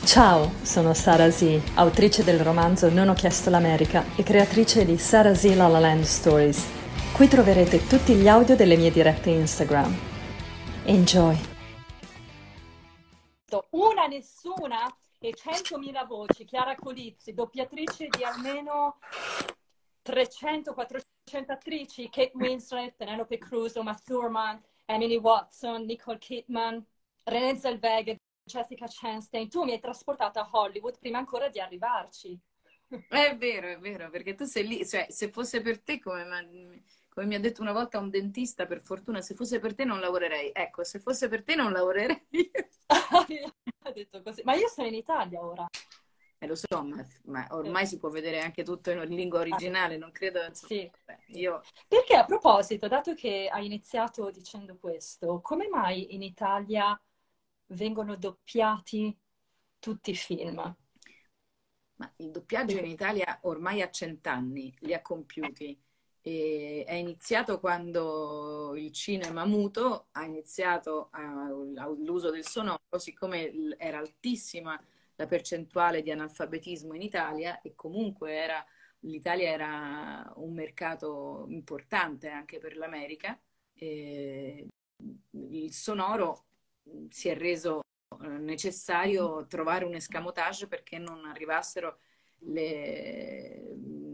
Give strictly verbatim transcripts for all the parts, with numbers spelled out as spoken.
Ciao, sono Sara Z, autrice del romanzo Non ho chiesto l'America e creatrice di Sara Z La La Land Stories. Qui troverete tutti gli audio delle mie dirette Instagram. Enjoy! Una nessuna e centomila voci. Chiara Colizzi, doppiatrice di almeno trecento quattrocento attrici, Kate Winslet, Penelope Cruz, Uma Thurman, Emily Watson, Nicole Kidman, Renée Zellweger, Jessica Chastain. Tu mi hai trasportata a Hollywood prima ancora di arrivarci. È vero, è vero, perché tu sei lì, cioè se fosse per te, come, come mi ha detto una volta un dentista, per fortuna, se fosse per te non lavorerei. Ecco, se fosse per te non lavorerei. Ha detto così. Ma io sono in Italia ora. Eh, lo so, ma, ma ormai si può vedere anche tutto in lingua originale, non credo... Insomma, Sì. beh, io... Perché a proposito, dato che hai iniziato dicendo questo, come mai in Italia vengono doppiati tutti i film? Ma il doppiaggio in Italia ormai ha cent'anni, li ha compiuti. E è iniziato quando il cinema muto ha iniziato all'uso del sonoro, siccome era altissima la percentuale di analfabetismo in Italia e comunque era, l'Italia era un mercato importante anche per l'America, e il sonoro si è reso necessario trovare un escamotage perché non arrivassero le,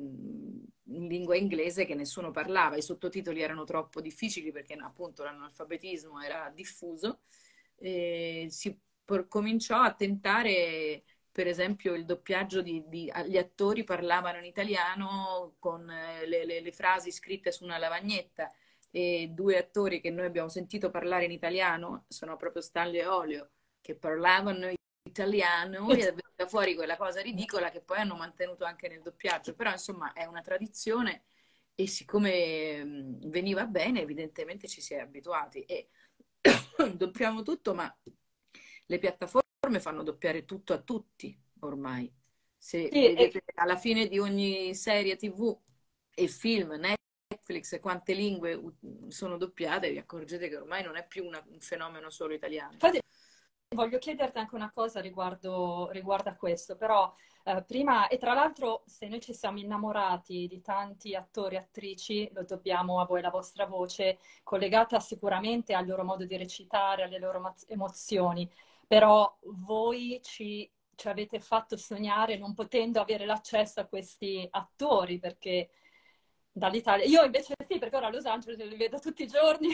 in lingua inglese che nessuno parlava. I sottotitoli erano troppo difficili perché appunto l'analfabetismo era diffuso. E si cominciò a tentare, per esempio, il doppiaggio di, di gli attori parlavano in italiano con le, le, le frasi scritte su una lavagnetta. E due attori che noi abbiamo sentito parlare in italiano sono proprio Stanley e Olio, che parlavano italiano e è venuta fuori quella cosa ridicola che poi hanno mantenuto anche nel doppiaggio. Però insomma è una tradizione e siccome veniva bene evidentemente ci si è abituati e doppiamo tutto, ma le piattaforme fanno doppiare tutto a tutti ormai. Se Sì, vedete e... alla fine di ogni serie tivù e film, Netflix, quante lingue sono doppiate, vi accorgete che ormai non è più una, un fenomeno solo italiano. Infatti, voglio chiederti anche una cosa riguardo, riguardo a questo, però eh, prima, e tra l'altro se noi ci siamo innamorati di tanti attori e attrici, lo dobbiamo a voi, la vostra voce, collegata sicuramente al loro modo di recitare, alle loro emozioni, però voi ci, ci avete fatto sognare non potendo avere l'accesso a questi attori, perché dall'Italia... Io invece sì, perché ora a Los Angeles li vedo tutti i giorni.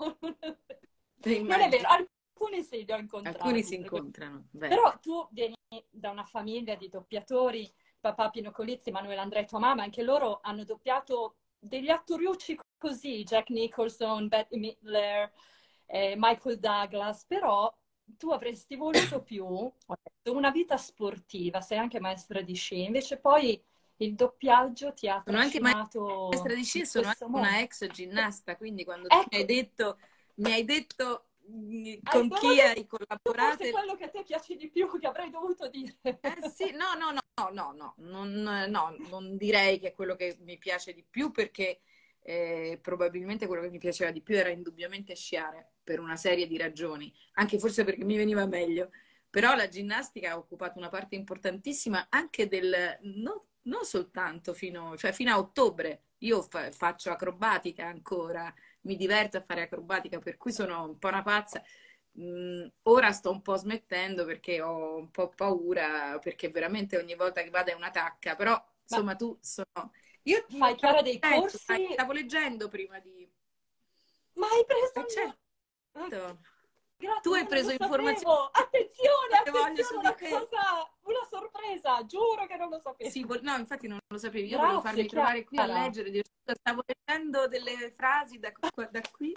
Non è vero, alcuni sì li ho incontrati. Alcuni si incontrano. Beh. Però tu vieni da una famiglia di doppiatori, papà Pino Colizzi, Manuel Andrea e tua mamma, anche loro hanno doppiato degli attoriucci così, Jack Nicholson, Bette Midler, eh, Michael Douglas, però tu avresti voluto più una vita sportiva, sei anche maestra di sci, invece poi il doppiaggio ti ha sono anche trascinato maestra di sci e sono anche mondo. una ex ginnasta, quindi quando ecco. mi hai detto, mi hai detto con chi hai collaborato. Forse quello che a te piace di più che avrei dovuto dire. Eh sì, no, no, no, no, no, non, no, non direi che è quello che mi piace di più perché eh, probabilmente quello che mi piaceva di più era indubbiamente sciare per una serie di ragioni, anche forse perché mi veniva meglio. Però la ginnastica ha occupato una parte importantissima anche del, no, non soltanto fino, cioè fino a ottobre. Io fa, faccio acrobatica ancora, mi diverto a fare acrobatica, per cui sono un po' una pazza. Mm, ora sto un po' smettendo perché ho un po' paura, perché veramente ogni volta che vado è una tacca, però insomma Ma tu sono... Io fai Chiara dei leggendo, corsi? stavo leggendo prima di... Ma hai preso Eh, il... certo. Grazie, Tu hai non preso lo informazioni sapevo! Attenzione, che voglio attenzione, su di una te. cosa, una sorpresa, giuro che non lo sapevo. Sì, no, infatti non lo sapevo. Io volevo Grazie, farmi trovare qui a Chiara. leggere. Dire, stavo leggendo delle frasi da, da qui.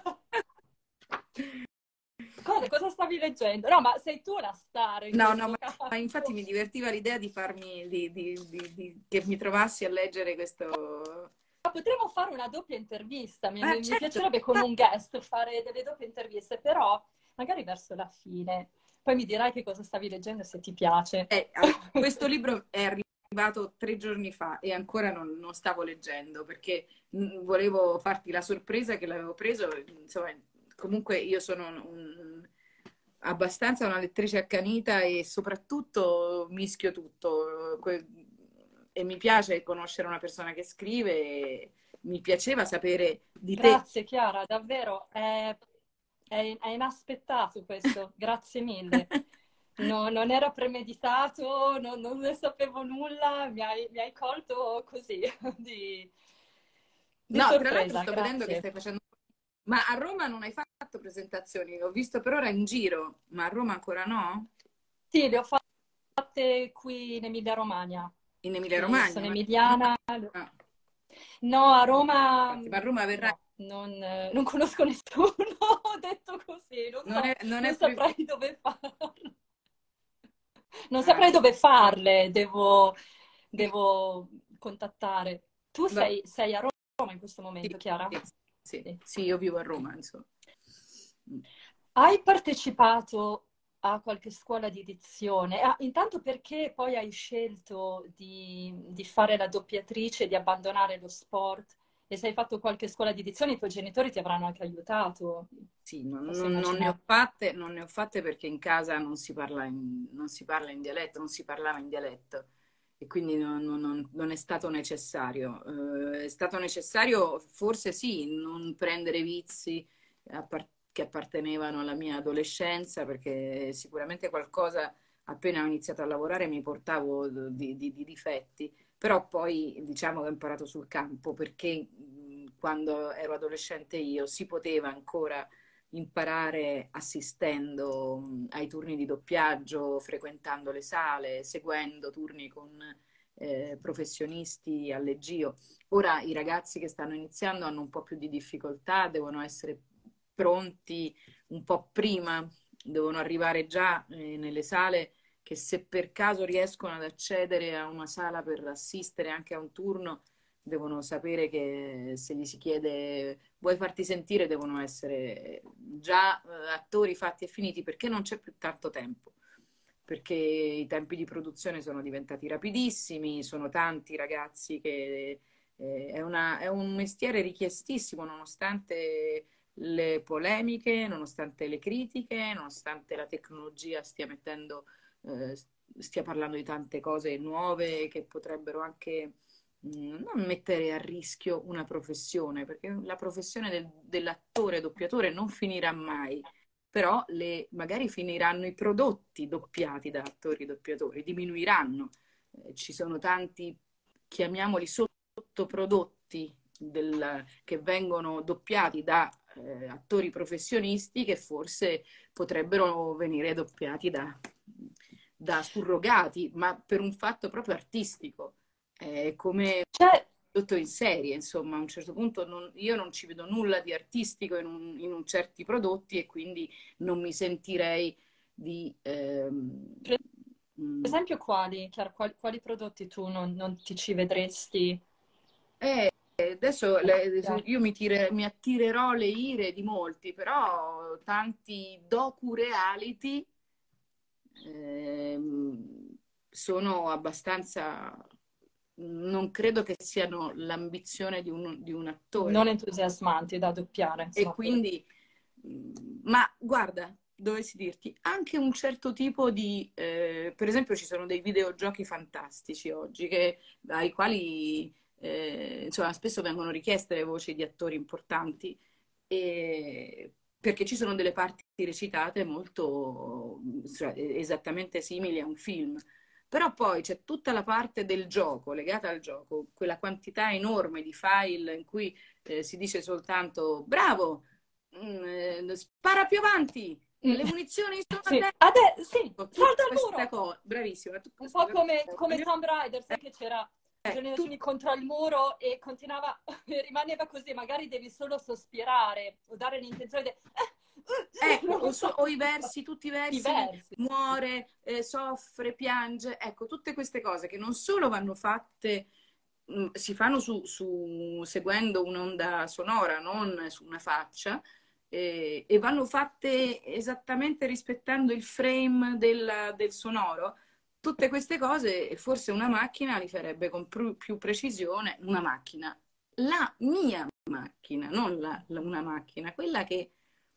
Cosa, cosa stavi leggendo? No, ma sei tu la star in No, questo no, ma, caso. ma infatti mi divertiva l'idea di farmi, di, di, di, di, che mi trovassi a leggere questo... Ma potremmo fare una doppia intervista, mi, Eh, mi certo. piacerebbe con un guest fare delle doppie interviste, però magari verso la fine. Poi mi dirai che cosa stavi leggendo se ti piace. Eh, questo libro è arrivato tre giorni fa e ancora non, non stavo leggendo perché mh, volevo farti la sorpresa che l'avevo preso. Insomma, comunque io sono un, abbastanza una lettrice accanita e soprattutto mischio tutto. Que- E mi piace conoscere una persona che scrive, e mi piaceva sapere di te. Grazie Chiara, davvero, è, è- è inaspettato questo, grazie mille. No, non era premeditato, non, non ne sapevo nulla, mi hai, mi hai colto così, di, di No, tra l'altro sorpresa, sto vedendo che grazie. stai facendo... Ma a Roma non hai fatto presentazioni? Ho visto per ora in giro, ma a Roma ancora no? Sì, le ho fatte qui in Emilia-Romagna. In E io Emilia-Romagna? sono Ma... emiliana. Ah, No, a Roma infatti, ma a Roma verrai? no, non, eh, non conosco nessuno, ho detto così, non Non so, è, non non è pre- saprei dove farlo. Non ah, saprei dove farle, devo, devo contattare. Tu va- sei, sei a Roma in questo sì, momento, Chiara? sì, sì, Sì. sì, io vivo a Roma, insomma. Hai partecipato a qualche scuola di dizione? Ah, intanto perché poi hai scelto di, di fare la doppiatrice, di abbandonare lo sport? E se hai fatto qualche scuola di dizione, i tuoi genitori ti avranno anche aiutato, Sì, non, posso non- non ne ho immaginare. fatte, non ne ho fatte perché in casa non si parla in, non si parla in dialetto, non si parlava in dialetto e quindi non, non- non- non è stato necessario. Eh, è stato necessario, forse sì, non prendere vizi appar- che appartenevano alla mia adolescenza, perché sicuramente qualcosa, appena ho iniziato a lavorare, mi portavo di, di- di difetti, però poi diciamo che ho imparato sul campo perché mh, quando ero adolescente io si poteva ancora imparare assistendo mh, ai turni di doppiaggio, frequentando le sale, seguendo turni con eh, professionisti al leggio. Ora i ragazzi che stanno iniziando hanno un po' più di difficoltà, devono essere pronti un po' prima, devono arrivare già eh, nelle sale che se per caso riescono ad accedere a una sala per assistere anche a un turno, devono sapere che se gli si chiede vuoi farti sentire, devono essere già eh, attori fatti e finiti perché non c'è più tanto tempo. Perché i tempi di produzione sono diventati rapidissimi, sono tanti ragazzi che eh, è, una, è un mestiere richiestissimo nonostante le polemiche, nonostante le critiche, nonostante la tecnologia stia mettendo, eh, stia parlando di tante cose nuove che potrebbero anche mh, non mettere a rischio una professione, perché la professione del- dell'attore doppiatore non finirà mai, però le- magari finiranno i prodotti doppiati da attori doppiatori, diminuiranno. Eh, ci sono tanti, chiamiamoli sottoprodotti del- che vengono doppiati da eh, attori professionisti che forse potrebbero venire doppiati da, da surrogati, ma per un fatto proprio artistico. È come Cioè, prodotto in serie, insomma, a un certo punto non- io non ci vedo nulla di artistico in, un- in un certi prodotti e quindi non mi sentirei di... ehm, per mh, esempio, quali, Chiara, quali, quali prodotti tu non, non ti ci vedresti eh, adesso le- doppiare? io mi, tire- mi attirerò le ire di molti, però tanti docu-reality ehm, sono abbastanza... Non credo che siano l'ambizione di un, di un attore. Non entusiasmanti da doppiare, E insomma. quindi, ma guarda, dovessi dirti, anche un certo tipo di, eh, per esempio ci sono dei videogiochi fantastici oggi che, ai quali eh, insomma, spesso vengono richieste le voci di attori importanti e, perché ci sono delle parti recitate molto cioè, esattamente simili a un film. Però poi c'è tutta la parte del gioco, legata al gioco, quella quantità enorme di file in cui eh, si dice soltanto bravo, mm, eh, spara più avanti, Mm. le munizioni sono a Sì, destra, Ade- sì, tutta salta il questa muro! cosa, bravissima, tutta Un questa po' come, cosa, come Tomb Raider, sai che c'era eh, Angelina tu- Jolie contro il muro e continuava, e rimaneva così, magari devi solo sospirare o dare l'intenzione di... ecco, non o, lo so- so, o i versi, tutti i i versi, versi. muore, eh, soffre, piange, ecco, tutte queste cose che non solo vanno fatte, mh, si fanno su, su- seguendo un'onda sonora, non su una faccia, eh, e vanno fatte esattamente rispettando il frame del, del sonoro. Tutte queste cose, forse una macchina li farebbe con più, più precisione, una macchina, la mia macchina, non la- la- una macchina, quella che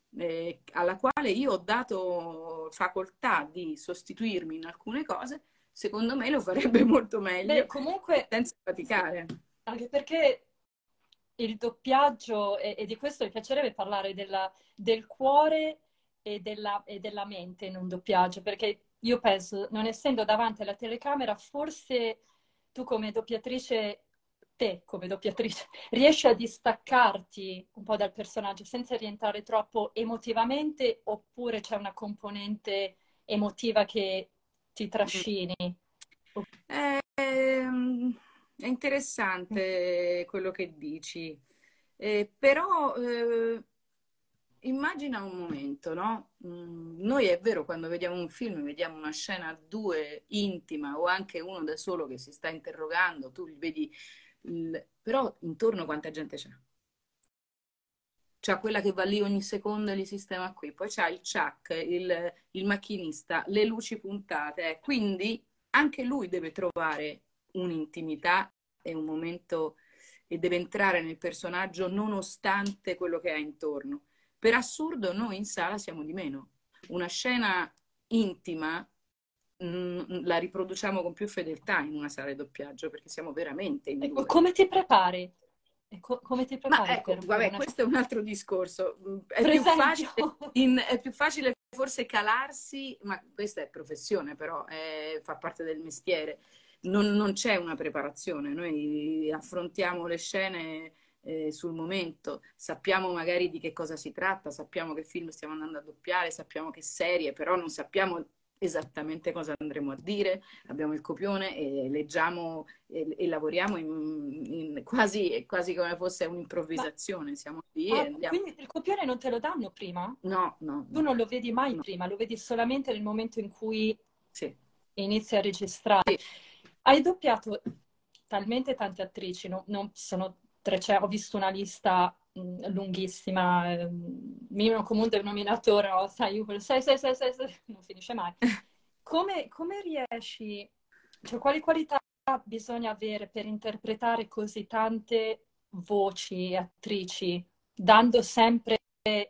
eh, alla quale io ho dato facoltà di sostituirmi in alcune cose, secondo me lo farebbe molto Beh, meglio comunque, senza faticare. anche perché il doppiaggio, e, e di questo mi piacerebbe parlare della, del cuore e della, e della mente in un doppiaggio, perché io penso, non essendo davanti alla telecamera, forse tu come doppiatrice, te come doppiatrice, riesci a distaccarti un po' dal personaggio senza rientrare troppo emotivamente, oppure c'è una componente emotiva che ti trascini? Eh, ehm, è interessante quello che dici. Eh, però eh, immagina un momento, no? Mm, noi è vero, quando vediamo un film, vediamo una scena a due intima o anche uno da solo che si sta interrogando, tu vedi, il- però intorno quanta gente c'è. C'è quella che va lì ogni secondo e gli sistema qui, poi c'è il Chuck, il, il macchinista, le luci puntate, eh. Quindi anche lui deve trovare un'intimità e un momento e deve entrare nel personaggio nonostante quello che ha intorno. Per assurdo noi in sala siamo di meno. Una scena intima mh, la riproduciamo con più fedeltà in una sala di doppiaggio perché siamo veramente in Ecco, due. come ti prepari? Ecco, come ti Ma prepari ecco, per, per vabbè, una... questo è un altro discorso. Mm, È Per più esempio, facile, in- è più facile forse calarsi, ma questa è professione, però è- fa parte del mestiere. Non, non c'è una preparazione, noi affrontiamo le scene eh, sul momento, sappiamo magari di che cosa si tratta, sappiamo che film stiamo andando a doppiare, sappiamo che serie, però non sappiamo esattamente cosa andremo a dire, abbiamo il copione e leggiamo e, e lavoriamo in, in quasi, quasi come fosse ma un'improvvisazione, siamo lì e ah, andiamo. quindi il copione non te lo danno prima? No, no, Tu no, non lo vedi mai no, prima, lo vedi solamente nel momento in cui sì. inizi a registrare. Hai doppiato talmente tante attrici, no- non sono trecento, ho visto una lista mh, lunghissima, ehm, minimo comune denominatore, no? Sai, io quello sei, sei, sei, sei, sei, non finisce mai. Come, come riesci, cioè quali qualità bisogna avere per interpretare così tante voci e attrici, dando sempre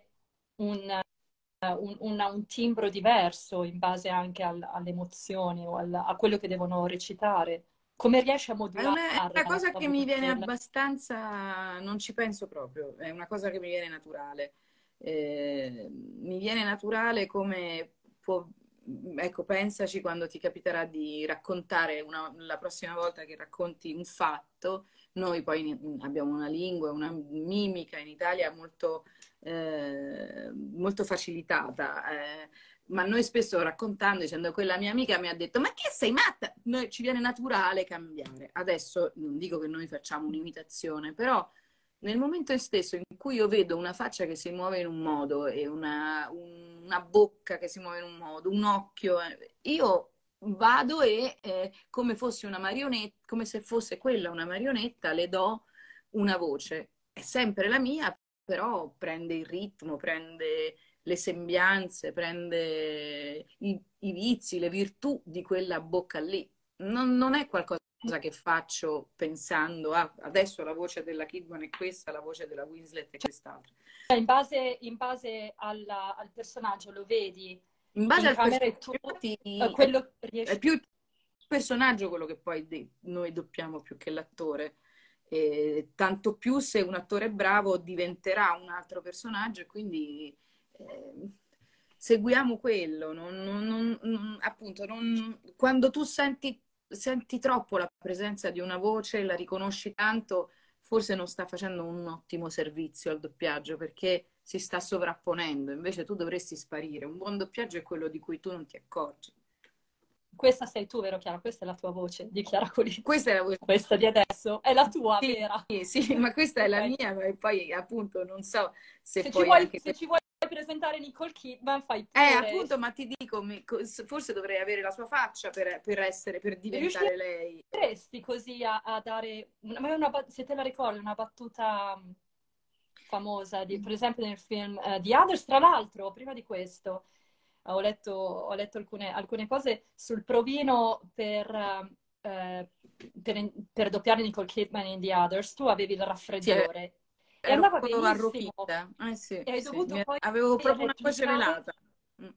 un, un, una- un timbro diverso in base anche al- alle emozioni o al- a quello che devono recitare? Come riesci a È una, è modulare una la cosa tua che mi viene voce? abbastanza, non ci penso proprio, è una cosa che mi viene naturale. Eh, mi viene naturale come può, ecco, pensaci quando ti capiterà di raccontare una- la prossima volta che racconti un fatto. Noi poi in- abbiamo una lingua, una mimica in Italia molto, eh, molto facilitata. eh, ma noi spesso raccontando, dicendo quella mia amica mi ha detto ma che sei matta? Noi, ci viene naturale cambiare. Adesso non dico che noi facciamo un'imitazione, però nel momento stesso in cui io vedo una faccia che si muove in un modo e una, una bocca che si muove in un modo, un occhio, eh, io vado e eh, come fosse una marionetta, come se fosse quella una marionetta, le do una voce. È sempre la mia, però prende il ritmo, prende le sembianze, prende i, i vizi, le virtù di quella bocca lì. Non, non è qualcosa che faccio pensando, ah, adesso la voce della Kidman è questa, la voce della Winslet è quest'altra. Cioè, in base, in base alla- al personaggio lo vedi In base in al camera e tu personaggio, eh, ti- è, quello è riesci... più il personaggio quello che poi de- noi doppiamo più che l'attore. E tanto più se un attore è bravo diventerà un altro personaggio e quindi eh, seguiamo quello. Non, non- non- non- appunto, non- quando tu senti, senti troppo la presenza di una voce, la riconosci tanto, forse non sta facendo un ottimo servizio al doppiaggio perché si sta sovrapponendo. Invece tu dovresti sparire. Un buon doppiaggio è quello di cui tu non ti accorgi. Questa sei tu, vero Chiara? Questa è la tua voce di Chiara Colì. Questa è la voce. Questa di adesso è la tua, Sì, vera. sì, sì, ma questa è la Ok. mia, ma poi appunto non so se Se ci poi vuoi, anche se questo. ci vuoi presentare Nicole Kidman, fai Eh, pure. appunto, ma ti dico, mi- forse dovrei avere la sua faccia per, per essere, per diventare lei. Riusciresti così a, a dare... Una, ma è una bat- se te la ricordi, una battuta mh, famosa, di, per esempio nel film eh, The Others, tra l'altro, prima di questo, eh, ho letto, ho letto alcune, alcune cose sul provino per, eh, per, per doppiare Nicole Kidman in The Others. Tu avevi il Sì, eh, raffreddore e ero andava proprio benissimo. arrocchita. Eh sì, E hai sì. dovuto Mi- poi Avevo proprio una voce replicare. velata. Mm.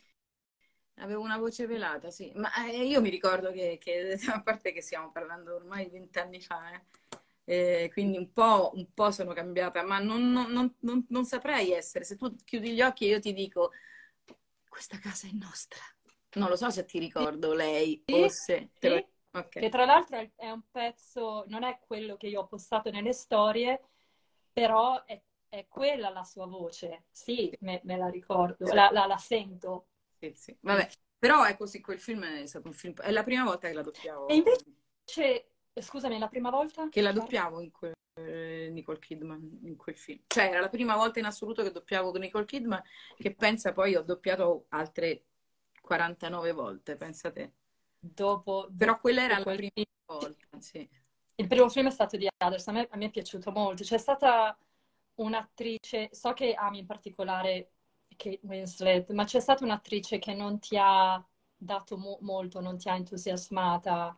Avevo una voce velata, sì. Ma eh, io mi ricordo che, che, a parte che stiamo parlando ormai di vent'anni fa, eh, eh, quindi un po', un po' sono cambiata, ma non, non- non- non- non saprei essere. Se tu chiudi gli occhi e io ti dico, questa casa è nostra. Non lo so se ti ricordo lei o Sì, se te lo... sì, Ok. che tra l'altro è, è un pezzo, non è quello che io ho postato nelle storie, però è, è quella la sua voce. Sì, me, me la ricordo, Sì, la, la- la sento. sì, sì. Sì. Vabbè, però è così, quel film è stato un film... È la prima volta che la E doppiavo, invece, scusami, la prima volta? che la Chiara? doppiavo in quel... eh, Nicole Kidman in quel film. Cioè, era la prima volta in assoluto che doppiavo con Nicole Kidman, che pensa poi ho doppiato altre quarantanove volte, pensa te. Dopo, Però quella dopo era la quel prima film. volta, sì. Il primo film è stato di Others, a me, a me è piaciuto molto. C'è stata un'attrice, so che ami in particolare Kate Winslet, ma c'è stata un'attrice che non ti ha dato mo- molto, non ti ha entusiasmata.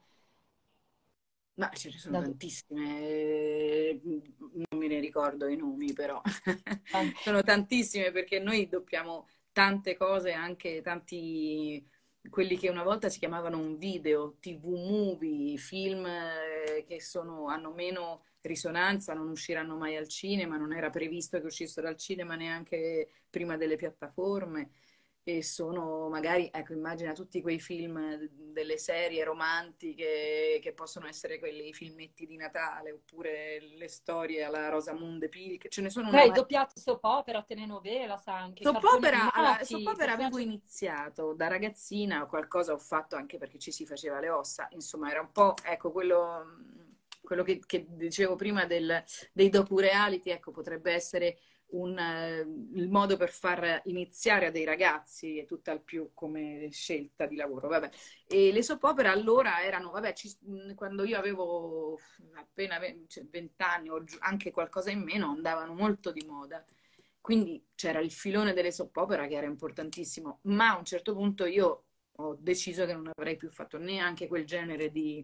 Ma ce ne sono Da... tantissime, eh, non me ne ricordo i nomi, però an- sono tantissime perché noi doppiamo tante cose, anche tanti quelli che una volta si chiamavano un video, T V movie, film eh, che sono, hanno meno risonanza, non usciranno mai al cinema, non era previsto che uscissero al cinema neanche prima delle piattaforme. E sono magari, ecco, immagina tutti quei film delle serie romantiche che possono essere quelli, i filmetti di Natale, oppure le storie alla Rosamunde Pilch, ce ne sono Beh, una hai marea. doppiato soap opera, telenovelas anche, Soap cartoni opera, alla soap animati, opera avevo personaggi... iniziato da ragazzina, qualcosa ho fatto anche perché ci si faceva le ossa, insomma era un po', ecco, quello, quello che, che dicevo prima del, dei docu-reality, ecco, potrebbe essere un, eh, il modo per far iniziare a dei ragazzi, e tutt'al più come scelta di lavoro, vabbè. E le soap opera allora erano, vabbè, ci- quando io avevo appena venti anni o giù- anche qualcosa in meno, andavano molto di moda. Quindi c'era il filone delle soap opera che era importantissimo, ma a un certo punto io ho deciso che non avrei più fatto neanche quel genere di,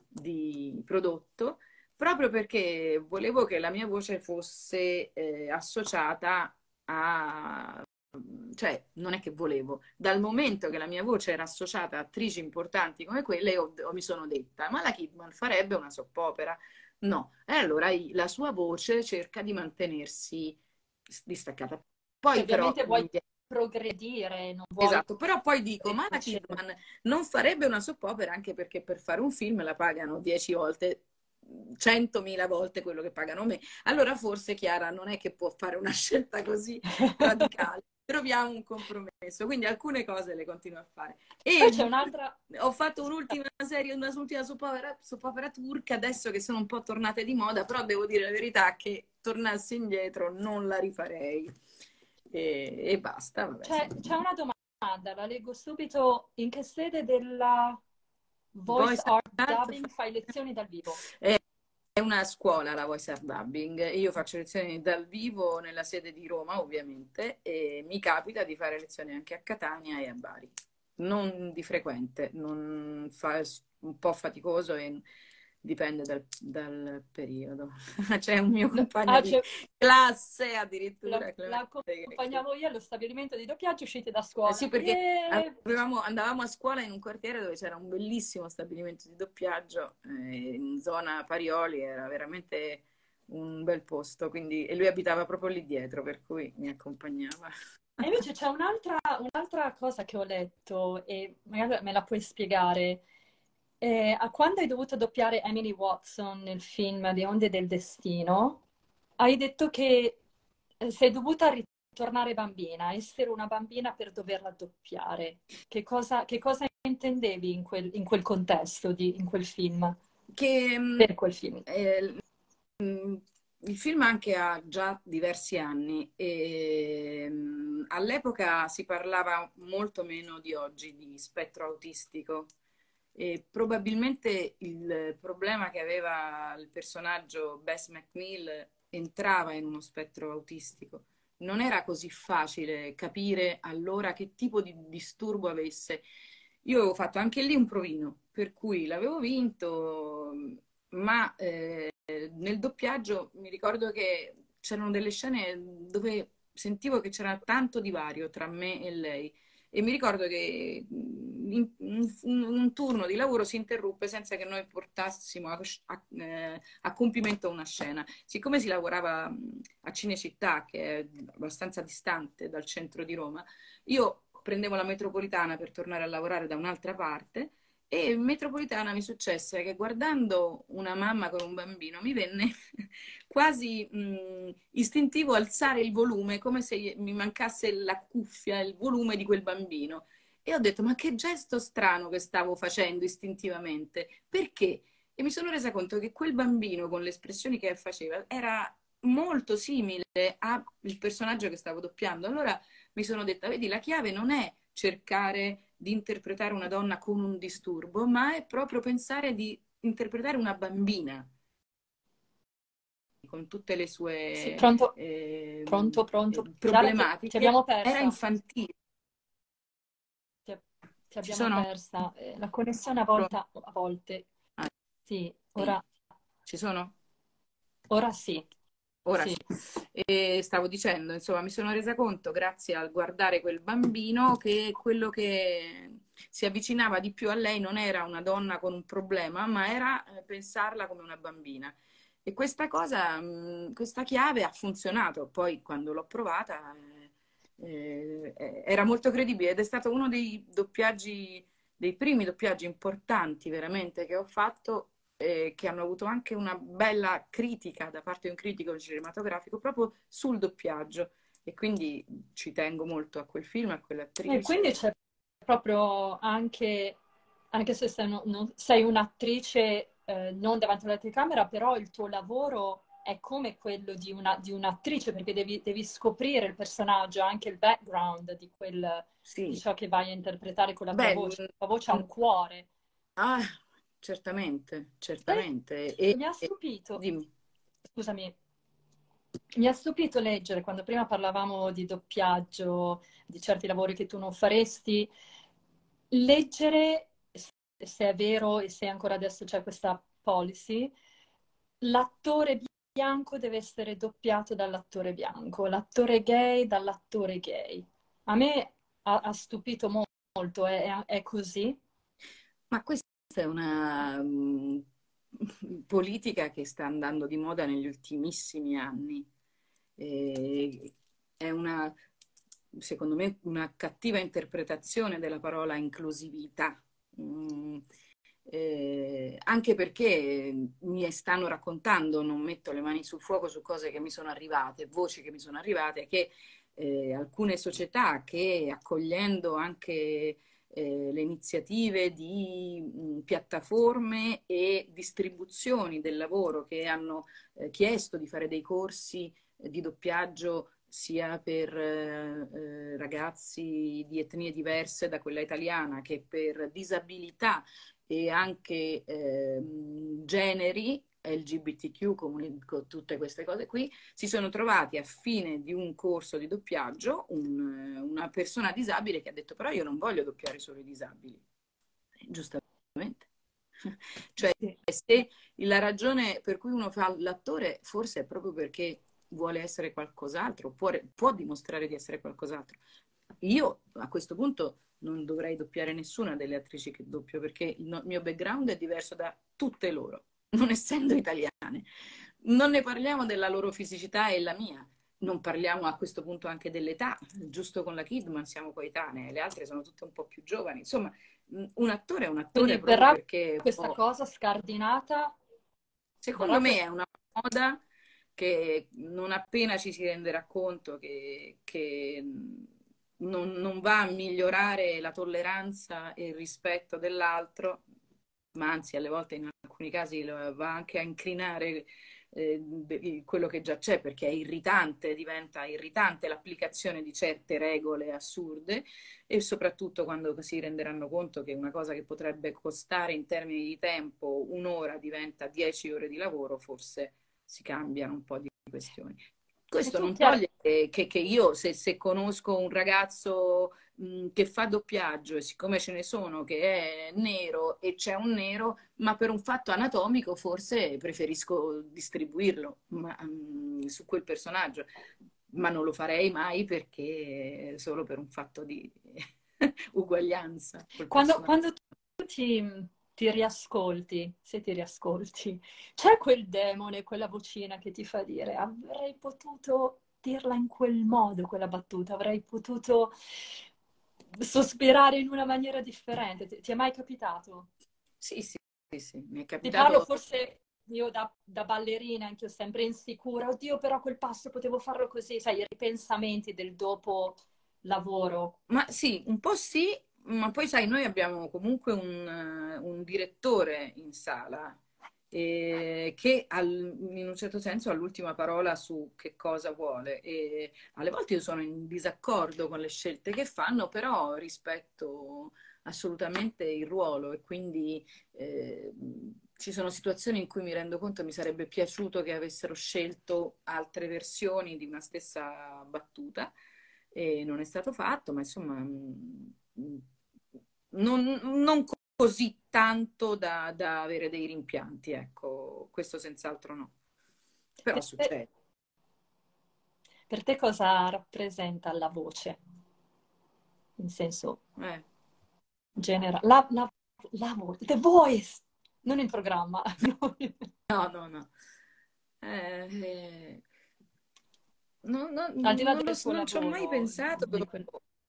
di prodotto, proprio perché volevo che la mia voce fosse eh, associata a... Cioè, non è che volevo, dal momento che la mia voce era associata a attrici importanti come quelle, io, io mi sono detta, ma la Kidman farebbe una soap opera? No, e allora la sua voce cerca di mantenersi distaccata. che Poi però, ovviamente vuoi progredire, non vuoi esatto, però poi dico, ma la riconoscere. Kidman non farebbe una soap opera anche perché per fare un film la pagano dieci volte, centomila volte quello che pagano me. Allora forse Chiara non è che può fare una scelta così radicale. Troviamo un compromesso, quindi alcune cose le continuo a fare. Poi c'è E un'altra... ho fatto un'ultima serie, una ultima soap opera, soap opera turca, adesso che sono un po' tornate di moda, però devo dire la verità che tornassi indietro non la rifarei. E, e basta, vabbè. C'è c'è una domanda, la leggo subito. In che sede della Voice Voice Art Art Dubbing fai lezioni dal vivo? è è una scuola la Voice Art Dubbing. Io faccio lezioni dal vivo nella sede di Roma, ovviamente, e mi capita di fare lezioni anche a Catania e a Bari. Non di frequente, non fa un po' faticoso e dipende dal, dal periodo. C'è un mio No, compagno ah, di c'è- classe la, addirittura, la Clemente, che, accompagnavo io allo stabilimento di doppiaggio uscite da eh scuola. sì, perché E... avevamo- andavamo a scuola in un quartiere dove c'era un bellissimo stabilimento di doppiaggio, eh, in zona Parioli, era veramente un bel posto, quindi, e lui abitava proprio lì dietro, per cui mi accompagnava. e invece c'è un'altra un'altra cosa che ho letto e magari me la puoi spiegare. Eh, a quando hai dovuto doppiare Emily Watson nel film Le onde del destino, hai detto che eh, sei dovuta ritornare bambina, essere una bambina per doverla doppiare. Che cosa, che cosa intendevi in quel, in quel contesto, di- in quel film, Che mh, per quel film? eh, mh, il film anche ha già diversi anni e mh, all'epoca si parlava molto meno di oggi di spettro autistico. E probabilmente il problema che aveva il personaggio Bess McNeil entrava in uno spettro autistico. Non era così facile capire allora che tipo di disturbo avesse. Io avevo fatto anche lì un provino, per cui l'avevo vinto, ma eh, nel doppiaggio mi ricordo che c'erano delle scene dove sentivo che c'era tanto divario tra me e lei. E mi ricordo che in, un, un turno di lavoro si interruppe senza che noi portassimo a, a, eh, a compimento una scena. Siccome si lavorava a Cinecittà, che è abbastanza distante dal centro di Roma, io prendevo la metropolitana per tornare a lavorare da un'altra parte, e in metropolitana mi successe che guardando una mamma con un bambino mi venne quasi mh, istintivo alzare il volume, come se mi mancasse la cuffia, il volume di quel bambino. E ho detto, ma che gesto strano che stavo facendo istintivamente. Perché? E mi sono resa conto che quel bambino, con le espressioni che faceva, era molto simile al personaggio che stavo doppiando. Allora mi sono detta, vedi, la chiave non è cercare di interpretare una donna con un disturbo, ma è proprio pensare di interpretare una bambina con tutte le Sì, sue pronto, eh, pronto, pronto. Chiara, ti, ti problematiche. abbiamo Era persa. infantile. Ti, ti Ci abbiamo sono? persa. Eh, la connessione a Pronto? volta, a volte. Ah, Sì, sì. ora, Ci sono? ora sì. Ora Sì. sì. E stavo dicendo, insomma, mi sono resa conto, grazie al guardare quel bambino, che quello che si avvicinava di più a lei non era una donna con un problema, ma era eh, pensarla come una bambina. E questa cosa, mh, questa chiave ha funzionato. Poi quando l'ho provata, eh, eh, era molto credibile, ed è stato uno dei doppiaggi, dei primi doppiaggi importanti veramente che ho fatto, eh, che hanno avuto anche una bella critica da parte di un critico cinematografico proprio sul doppiaggio. E quindi ci tengo molto a quel film, a E quell'attrice. quindi c'è proprio anche, anche se sei, no- non- sei un'attrice eh, non davanti alla telecamera, però il tuo lavoro è come quello di una, di un'attrice, perché devi, devi scoprire il personaggio, anche il background di, quel, di Sì, ciò che vai a interpretare con la tua beh, voce. mh, La tua voce ha un cuore. ah, certamente, Sai, certamente. E, mi ha e stupito, dimmi. scusami, mi ha stupito leggere, quando prima parlavamo di doppiaggio, di certi lavori che tu non faresti, leggere, se è vero e se ancora adesso c'è questa policy, l'attore bianco deve essere doppiato dall'attore bianco, l'attore gay dall'attore gay. A me ha, ha stupito mo- molto, è, è così? Ma questa è una mm, politica che sta andando di moda negli ultimissimi anni. Eh, è una, secondo me, una cattiva interpretazione della parola inclusività. Mm, eh, anche perché mi stanno raccontando, non metto le mani sul fuoco su cose che mi sono arrivate, voci che mi sono arrivate, che eh, alcune società che accogliendo anche eh, le iniziative di mh, piattaforme e distribuzioni del lavoro che hanno eh, chiesto di fare dei corsi eh, di doppiaggio sia per eh, eh, ragazzi di etnie diverse da quella italiana che per disabilità e anche ehm, generi L G B T Q, comuni- con tutte queste cose qui, si sono trovati a fine di un corso di doppiaggio un- una persona disabile che ha detto però io non voglio doppiare solo i disabili. Giustamente. Cioè, Sì. se la ragione per cui uno fa l'attore forse è proprio perché vuole essere qualcos'altro, può, può dimostrare di essere qualcos'altro. Io a questo punto non dovrei doppiare nessuna delle attrici che doppio perché il mio background è diverso da tutte loro, non essendo italiane. Non ne parliamo della loro fisicità e la mia. Non parliamo a questo punto anche dell'età, giusto con la Kidman siamo coetanee, le altre sono tutte un po' più giovani. Insomma, un attore è un attore Quindi proprio verrà perché questa può. cosa scardinata, Secondo verrà me que- è una moda che non appena ci si renderà conto che, che non, non va a migliorare la tolleranza e il rispetto dell'altro, ma anzi alle volte in alcuni casi va anche a incrinare eh, quello che già c'è, perché è irritante, diventa irritante l'applicazione di certe regole assurde, e soprattutto quando si renderanno conto che una cosa che potrebbe costare in termini di tempo un'ora diventa dieci ore di lavoro, forse si cambiano un po' di questioni. E Questo tu, non Chiara, toglie che, che- che io, se, se conosco un ragazzo mh, che fa doppiaggio, e siccome ce ne sono che è nero e c'è un nero, ma per un fatto anatomico forse preferisco distribuirlo ma, mh, su quel personaggio, ma non lo farei mai perché solo per un fatto di uguaglianza col quando, personaggio. quando tu ti, ti riascolti, se ti riascolti, c'è quel demone, quella vocina che ti fa dire avrei potuto dirla in quel modo, quella battuta, avrei potuto sospirare in una maniera differente. Ti, ti è mai capitato? Sì, sì, sì, sì, mi è Ti parlo capitato. forse io da, da ballerina, anche io sempre insicura, oddio, però quel passo potevo farlo così, sai, i ripensamenti del dopo lavoro. Ma sì, un po' sì, ma poi sai, noi abbiamo comunque un, eh, un direttore in sala eh, che al- in un certo senso ha l'ultima parola su che cosa vuole e alle volte io sono in disaccordo con le scelte che fanno, però rispetto assolutamente il ruolo e quindi eh, ci sono situazioni in cui mi rendo conto mi sarebbe piaciuto che avessero scelto altre versioni di una stessa battuta e non è stato fatto, ma insomma mh, mh, non, non così tanto da, da avere dei rimpianti, ecco, questo senz'altro no. Però Per te, succede. per te cosa rappresenta la voce? In senso Eh, generale. La, la, la voce, the voice, non il programma. no, no, no. Eh, eh, non, non, Al di là non lo del so, tuo non ci ho mai lavoro, pensato. di quel-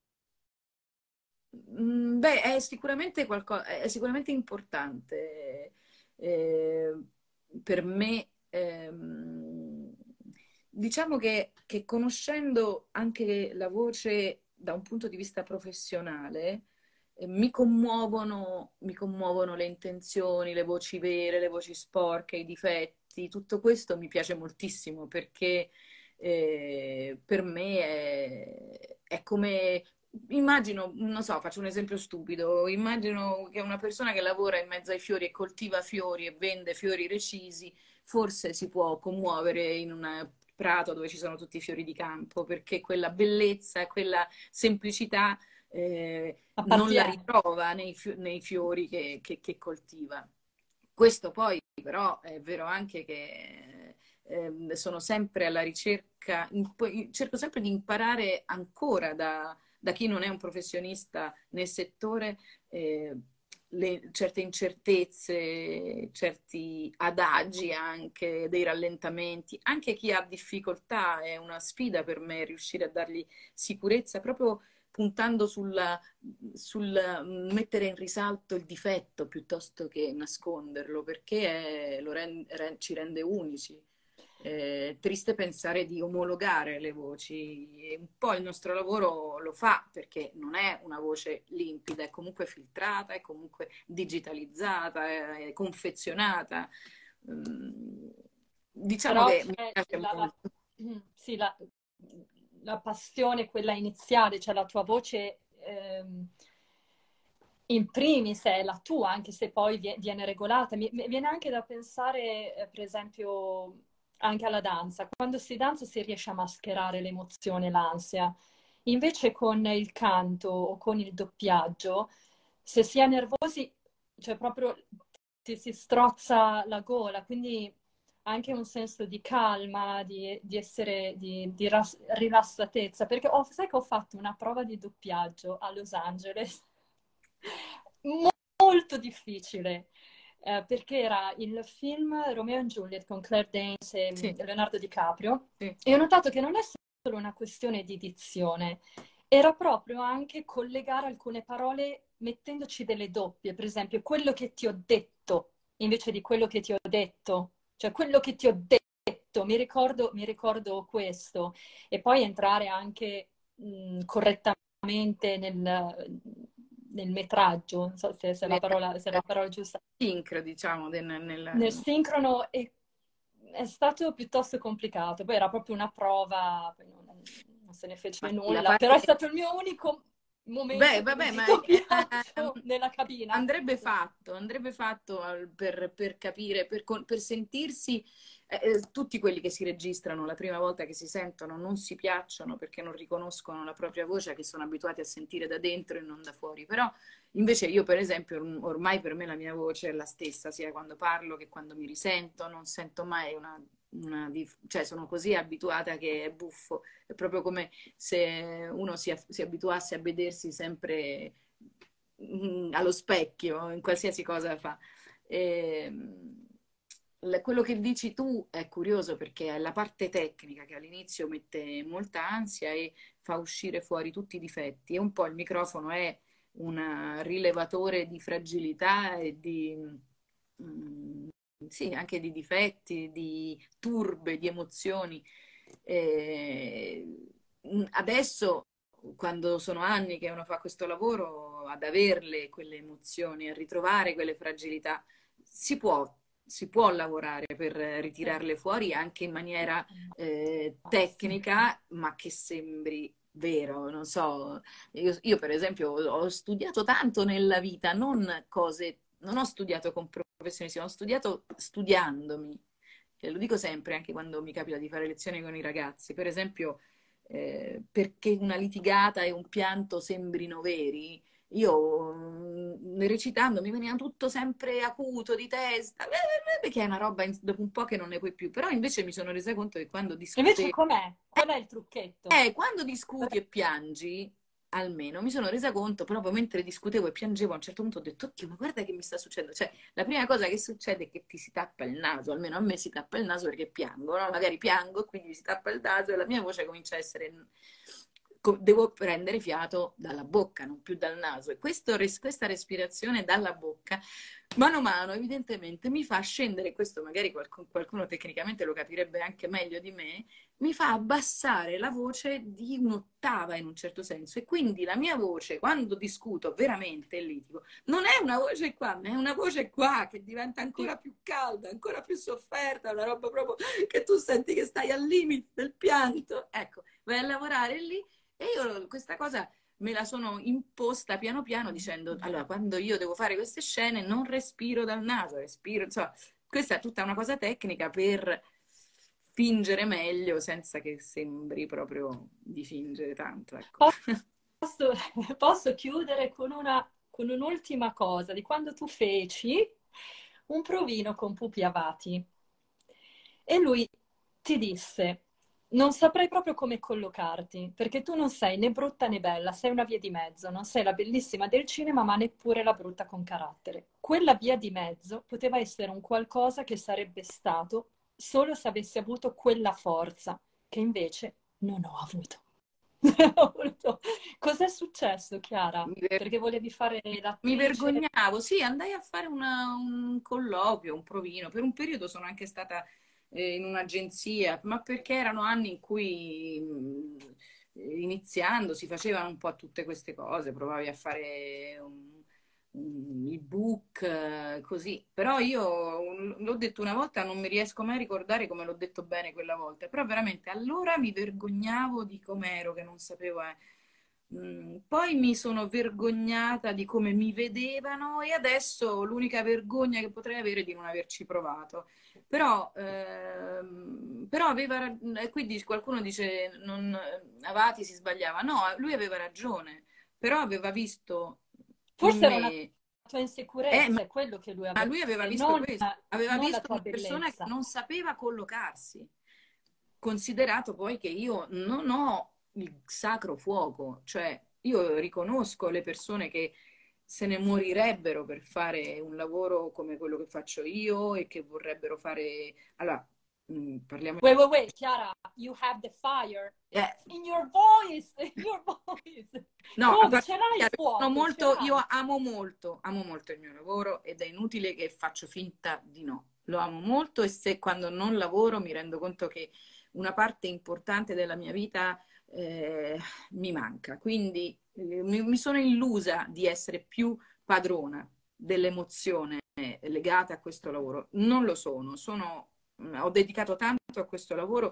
Mm, Beh, è sicuramente qualcosa, è sicuramente importante. Eh, per me, ehm, diciamo che, che conoscendo anche la voce da un punto di vista professionale, eh, mi commuovono, mi commuovono le intenzioni, le voci vere, le voci sporche, i difetti, tutto questo mi piace moltissimo perché eh, per me è, è come immagino, non so, faccio un esempio stupido, immagino che una persona che lavora in mezzo ai fiori e coltiva fiori e vende fiori recisi, forse si può commuovere in un prato dove ci sono tutti i fiori di campo, perché quella bellezza, quella semplicità eh, non la appartiene. ritrova nei, fi- nei fiori che, che- che coltiva. Questo poi però è vero anche che ehm, sono sempre alla ricerca, in- poi cerco sempre di imparare ancora da, da chi non è un professionista nel settore, eh, le- certe incertezze, certi adagi anche, dei rallentamenti. Anche chi ha difficoltà è una sfida per me riuscire a dargli sicurezza proprio puntando sulla, sul mm, mettere in risalto il difetto piuttosto che nasconderlo, perché è- lo ren- ren- ci rende unici. È triste pensare di omologare le voci e un po' il nostro lavoro lo fa perché non è una voce limpida, è comunque filtrata, è comunque digitalizzata, è confezionata. Mm, Diciamo Però che mi c'è piace la, la- molto. mm, sì, la, la passione, quella iniziale, cioè la tua voce ehm, in primis è la tua, anche se poi vie- viene regolata. Mi, mi viene anche da pensare, eh, per esempio, anche alla danza. Quando si danza si riesce a mascherare l'emozione, l'ansia. Invece con il canto o con il doppiaggio, se si è nervosi, cioè proprio ti si strozza la gola, quindi anche un senso di calma, di, di essere, di, di ras- rilassatezza. Perché ho- sai che ho fatto una prova di doppiaggio a Los Angeles, Mo- molto difficile, eh, perché era il film Romeo and Juliet con Claire Danes e mm, Sì, Leonardo DiCaprio, sì. e ho notato che non è solo una questione di dizione, era proprio anche collegare alcune parole mettendoci delle doppie, per esempio quello che ti ho detto invece di quello che ti ho detto, cioè quello che ti ho detto, mi ricordo, mi ricordo questo, e poi entrare anche mh, correttamente nel, nel metraggio, non so se, se, la Nel parola, se è la parola giusta, sincro, diciamo, del- nel nel, sincrono, e è stato piuttosto complicato, poi era proprio una prova, poi non, non se ne ma fece sì, la nulla, però parte è stato il mio unico momento Beh, di vabbè, ma doppiaggio eh, nella cabina. andrebbe fatto, andrebbe fatto al- per, per capire, per, con- per sentirsi, eh, eh, tutti quelli che si registrano la prima volta che si sentono non si piacciono perché non riconoscono la propria voce, che sono abituati a sentire da dentro e non da fuori. Però invece io, per esempio, orm- ormai per me la mia voce è la stessa, sia quando parlo che quando mi risento, non sento mai una... una dif- cioè sono così abituata che è buffo, è proprio come se uno si, si abituasse a vedersi sempre mm, allo specchio in qualsiasi cosa fa. E, l- quello che dici tu è curioso perché è la parte tecnica che all'inizio mette molta ansia e fa uscire fuori tutti i difetti. E un po' il microfono è un rilevatore di fragilità e di, mm, sì, anche di difetti, di turbe, di emozioni. E adesso, quando sono anni che uno fa questo lavoro, ad averle quelle emozioni, a ritrovare quelle fragilità, si può, si può lavorare per ritirarle fuori anche in maniera eh, tecnica, ma che sembri vero. Non so, io, io per esempio ho studiato tanto nella vita, non cose, non ho studiato con professionisti, ho studiato studiandomi. Cioè, lo dico sempre anche quando mi capita di fare lezioni con i ragazzi. Per esempio, eh, perché una litigata e un pianto sembrino veri, io mh, recitando mi veniva tutto sempre acuto di testa, perché è una roba in- dopo un po' che non ne puoi più. Però invece mi sono resa conto che quando Invece discutevo, com'è? Qual è il trucchetto? eh, quando discuti e piangi, almeno mi sono resa conto, proprio mentre discutevo e piangevo, a un certo punto ho detto, oddio, ma guarda che mi sta succedendo. Cioè, la prima cosa che succede è che ti si tappa il naso, almeno a me si tappa il naso perché piango, no? Magari piango, quindi mi si tappa il naso e la mia voce comincia a essere... co- Devo prendere fiato dalla bocca, non più dal naso. E questo res- questa respirazione dalla bocca, mano a mano, evidentemente, mi fa scendere, questo magari qualcuno, qualcuno tecnicamente lo capirebbe anche meglio di me, mi fa abbassare la voce di un'ottava in un certo senso e quindi la mia voce quando discuto veramente e litigo non è una voce qua, ma è una voce qua che diventa Sì. ancora più calda, ancora più sofferta, una roba proprio che tu senti che stai al limite del pianto. Ecco, vai a lavorare lì e io questa cosa me la sono imposta piano piano dicendo allora quando io devo fare queste scene non respiro dal naso, respiro, insomma, questa è tutta una cosa tecnica per fingere meglio senza che sembri proprio di fingere tanto, ecco. Posso, posso chiudere con una, con un'ultima cosa di quando tu feci un provino con Pupi Avati e lui ti disse non saprei proprio come collocarti perché tu non sei né brutta né bella, sei una via di mezzo, non sei la bellissima del cinema ma neppure la brutta con carattere. Quella via di mezzo poteva essere un qualcosa che sarebbe stato solo se avessi avuto quella forza che invece non ho avuto. Cos'è successo, Chiara? Mi, ver- Perché volevi fare mi l'attrice? vergognavo, sì, andai a fare una- un colloquio, un provino. Per un periodo sono anche stata eh, in un'agenzia, ma perché erano anni in cui mh, iniziando si facevano un po' tutte queste cose, provavi a fare un, un ebook, eh, così. Però io un- l'ho detto una volta, non mi riesco mai a ricordare come l'ho detto bene quella volta, però veramente allora mi vergognavo di com'ero, che non sapevo. eh. Mm, Poi mi sono vergognata di come mi vedevano e adesso l'unica vergogna che potrei avere è di non averci provato. Però, ehm, però aveva ragione, e qui dice- qualcuno dice non, Avati si sbagliava. No, lui aveva ragione, però aveva visto in Forse era una me, tua eh, ma insicurezza, è quello che lui ma aveva, lui aveva e visto non, questo, aveva non la visto tua una persona che bellezza. non sapeva collocarsi, considerato poi che io non ho il sacro fuoco, cioè io riconosco le persone che se ne morirebbero per fare un lavoro come quello che faccio io e che vorrebbero fare... Allora, mh, parliamo... Wait, wait, wait, Chiara, you have the fire. Eh, It's in your voice, in your voice. no, a Come? parte Ce l'hai il chiaro, io sono fuoco, ce molto, io l'hai. amo molto, amo molto il mio lavoro ed è inutile che faccio finta di no. Lo amo molto e se quando non lavoro mi rendo conto che una parte importante della mia vita eh, mi manca. Quindi eh, mi, mi sono illusa di essere più padrona dell'emozione legata a questo lavoro. Non lo sono, sono, ho dedicato tanto a questo lavoro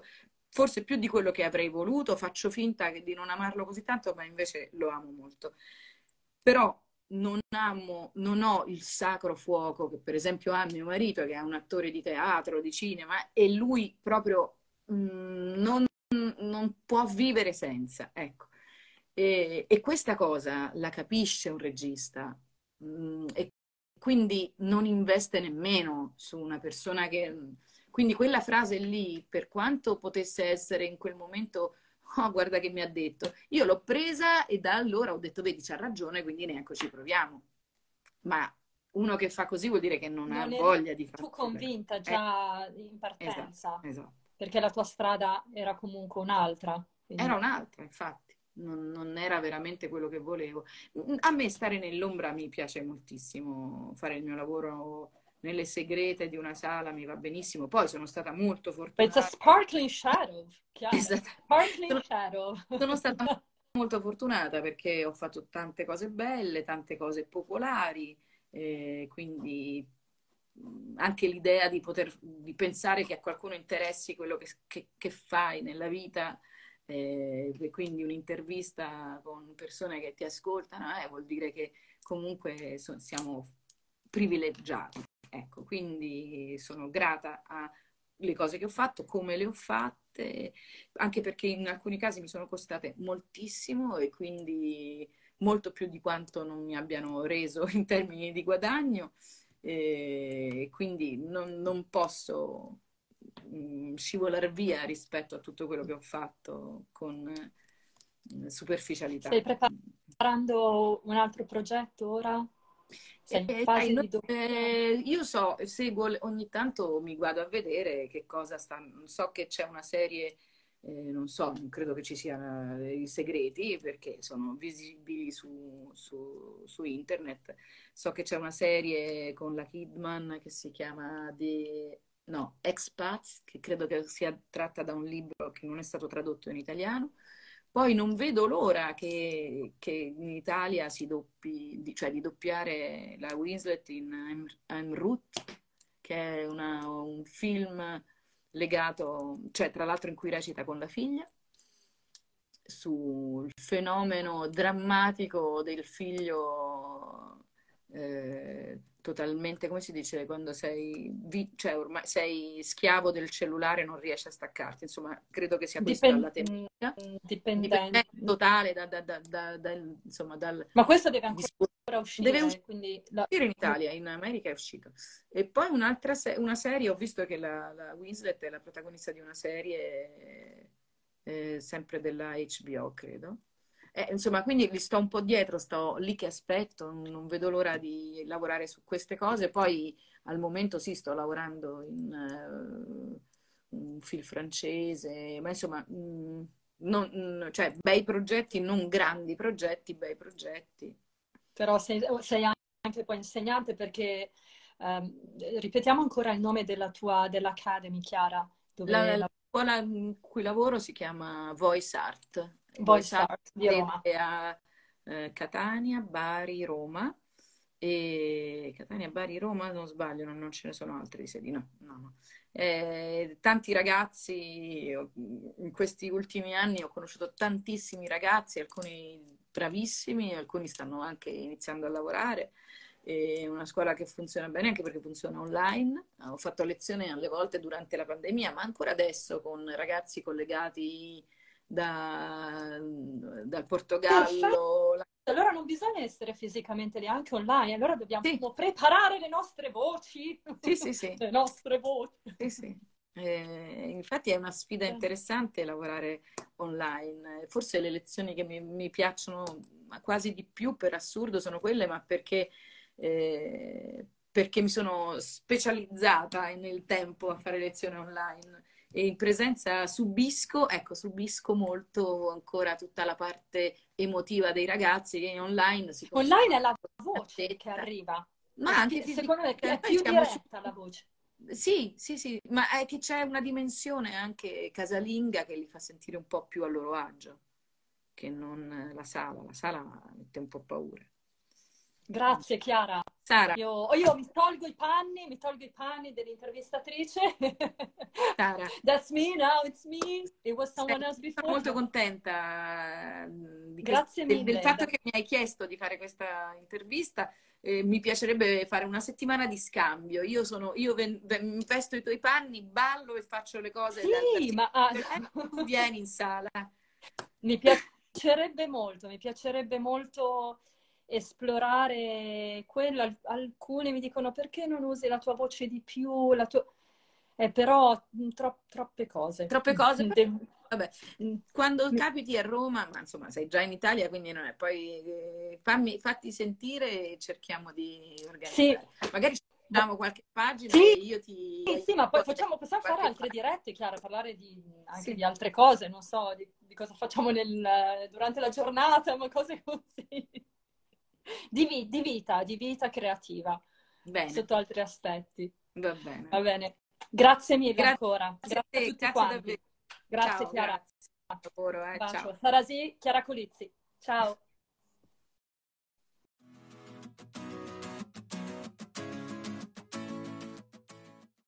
forse più di quello che avrei voluto, faccio finta che di non amarlo così tanto, ma invece lo amo molto. Però non amo, non ho il sacro fuoco che per esempio ha mio marito, che è un attore di teatro, di cinema, e lui proprio mh, non, non può vivere senza, ecco. E, e questa cosa la capisce un regista, mh, e quindi non investe nemmeno su una persona che... Quindi quella frase lì, per quanto potesse essere in quel momento, oh, guarda che mi ha detto, io l'ho presa e da allora ho detto, vedi, c'ha ragione, quindi neanche ci proviamo. Ma uno che fa così vuol dire che non ha Non eri voglia di tu farlo bene. convinta Eh, già in esatto, partenza, esatto. perché la tua strada era comunque un'altra. Quindi. Era un'altra, infatti, non, non era veramente quello che volevo. A me stare nell'ombra mi piace moltissimo, fare il mio lavoro nelle segrete di una sala mi va benissimo. Poi sono stata molto It's a fortunata. sparkling shadow, chiaro. Esatto. Sparkling Sono, shadow. sono stata molto fortunata perché ho fatto tante cose belle, tante cose popolari, eh, quindi mh, anche l'idea di poter di pensare che a qualcuno interessi quello che, che- che fai nella vita, eh, e quindi un'intervista con persone che ti ascoltano, eh, vuol dire che comunque so- siamo privilegiati. Ecco, quindi sono grata alle cose che ho fatto, come le ho fatte, anche perché in alcuni casi mi sono costate moltissimo e quindi molto più di quanto non mi abbiano reso in termini di guadagno. E quindi non, non posso mh, scivolare via rispetto a tutto quello che ho fatto con eh, Stai superficialità. preparando un altro progetto ora? Sei in E, sai, fase noi- di doppio? eh, io so, seguo, le- ogni tanto mi guardo a vedere che cosa sta, so che c'è una serie, eh, non so, non credo che ci siano eh, i segreti perché sono visibili su, su- su internet. So che c'è una serie con la Kidman che si chiama The, no, Expats, che credo che sia tratta da un libro che non è stato tradotto in italiano. Poi non vedo l'ora che, che in Italia si doppi, di- cioè di doppiare la Winslet in I'm, I'm Ruth, che è una- un film legato, cioè tra l'altro in cui recita con la figlia, sul fenomeno drammatico del figlio eh, totalmente, come si dice, quando sei, vi- cioè ormai sei schiavo del cellulare e non riesci a staccarti. Insomma, credo che sia questa Dipen- la tematica. dipendente. Dipendente totale da, da- da- da- dal, insomma, dal Ma questo deve ancora dispositivo. Deve uscire, quindi la- uscire in Italia, in America è uscito. E poi un'altra se- una serie, ho visto che la, la Winslet è la protagonista di una serie eh, sempre della H B O, credo. Eh, insomma, quindi li sto un po' dietro, sto lì che aspetto, non vedo l'ora di lavorare su queste cose. Poi al momento sì, sto lavorando in eh, un film francese, ma insomma, mh, non- cioè, bei progetti, non grandi progetti, bei progetti. però sei, sei anche poi insegnante perché ehm, ripetiamo ancora il nome della tua dell'Academy, Chiara, La, dove la la scuola in cui lavoro si chiama Voice Art. Voice Voice Art Art di ha Roma. sede a eh, Catania, Bari, Roma. E Catania, Bari, Roma, non sbaglio, non, non ce ne sono altre di sedi, no, no, no. Eh, tanti ragazzi, io, in questi ultimi anni ho conosciuto tantissimi ragazzi, alcuni bravissimi, alcuni stanno anche iniziando a lavorare. È una scuola che funziona bene anche perché funziona online. Ho fatto lezione alle volte durante la pandemia, ma ancora adesso con ragazzi collegati da, dal Perfetto, Portogallo. allora non bisogna essere fisicamente lì, anche online, allora dobbiamo Sì, preparare le nostre voci, sì, sì, sì. le nostre voci. Sì, sì. Eh, infatti è una sfida interessante lavorare online. Forse le lezioni che mi, mi piacciono quasi di più per assurdo sono quelle, ma perché, eh, perché mi sono specializzata nel tempo a fare lezioni online. E in presenza subisco, ecco, subisco molto ancora tutta la parte emotiva dei ragazzi che online, siccome sono Online una è la persona voce che addetta, arriva, ma è anche pi- secondo me fisicamente, è noi più siamo su. diretta la voce. Sì, sì, sì, ma è che c'è una dimensione anche casalinga che li fa sentire un po' più a loro agio, che non la sala. La sala mette un po' paura. Grazie Chiara. Sara. Io, io mi tolgo i panni, mi tolgo i panni dell'intervistatrice. Sara. That's me now, it's me. It was someone Sei, else before. sono molto contenta di Grazie questo, mille. del fatto che mi hai chiesto di fare questa intervista. Eh, mi piacerebbe fare una settimana di scambio. Io sono, io ven, ven, vesto i tuoi panni, ballo e faccio le cose. Sì, da, ma ah, tu vieni in sala. Mi piacerebbe molto, mi piacerebbe molto esplorare quello. Alcuni mi dicono perché non usi la tua voce di più, la tua... Eh, però tro troppe cose. Troppe cose. De Vabbè, quando capiti a Roma, ma insomma sei già in Italia, quindi non è, poi eh, fammi, fatti sentire e cerchiamo di organizzare. Sì. Magari facciamo qualche pagina sì. e io ti... Sì, sì, ma poi facciamo, possiamo fare altre pagina. dirette, Chiara, parlare di, anche sì. di altre cose, non so, di, di cosa facciamo nel, durante la giornata, ma cose così. Di, di vita, di vita creativa, Bene. sotto altri aspetti. Va bene. Va bene. Grazie mille grazie ancora. Grazie a, te, grazie a tutti grazie quanti. Davvero. Grazie Ciao, Chiara. Grazie. Lavoro, eh. Un bacio. Ciao. Sarasi, Chiara Colizzi. Ciao.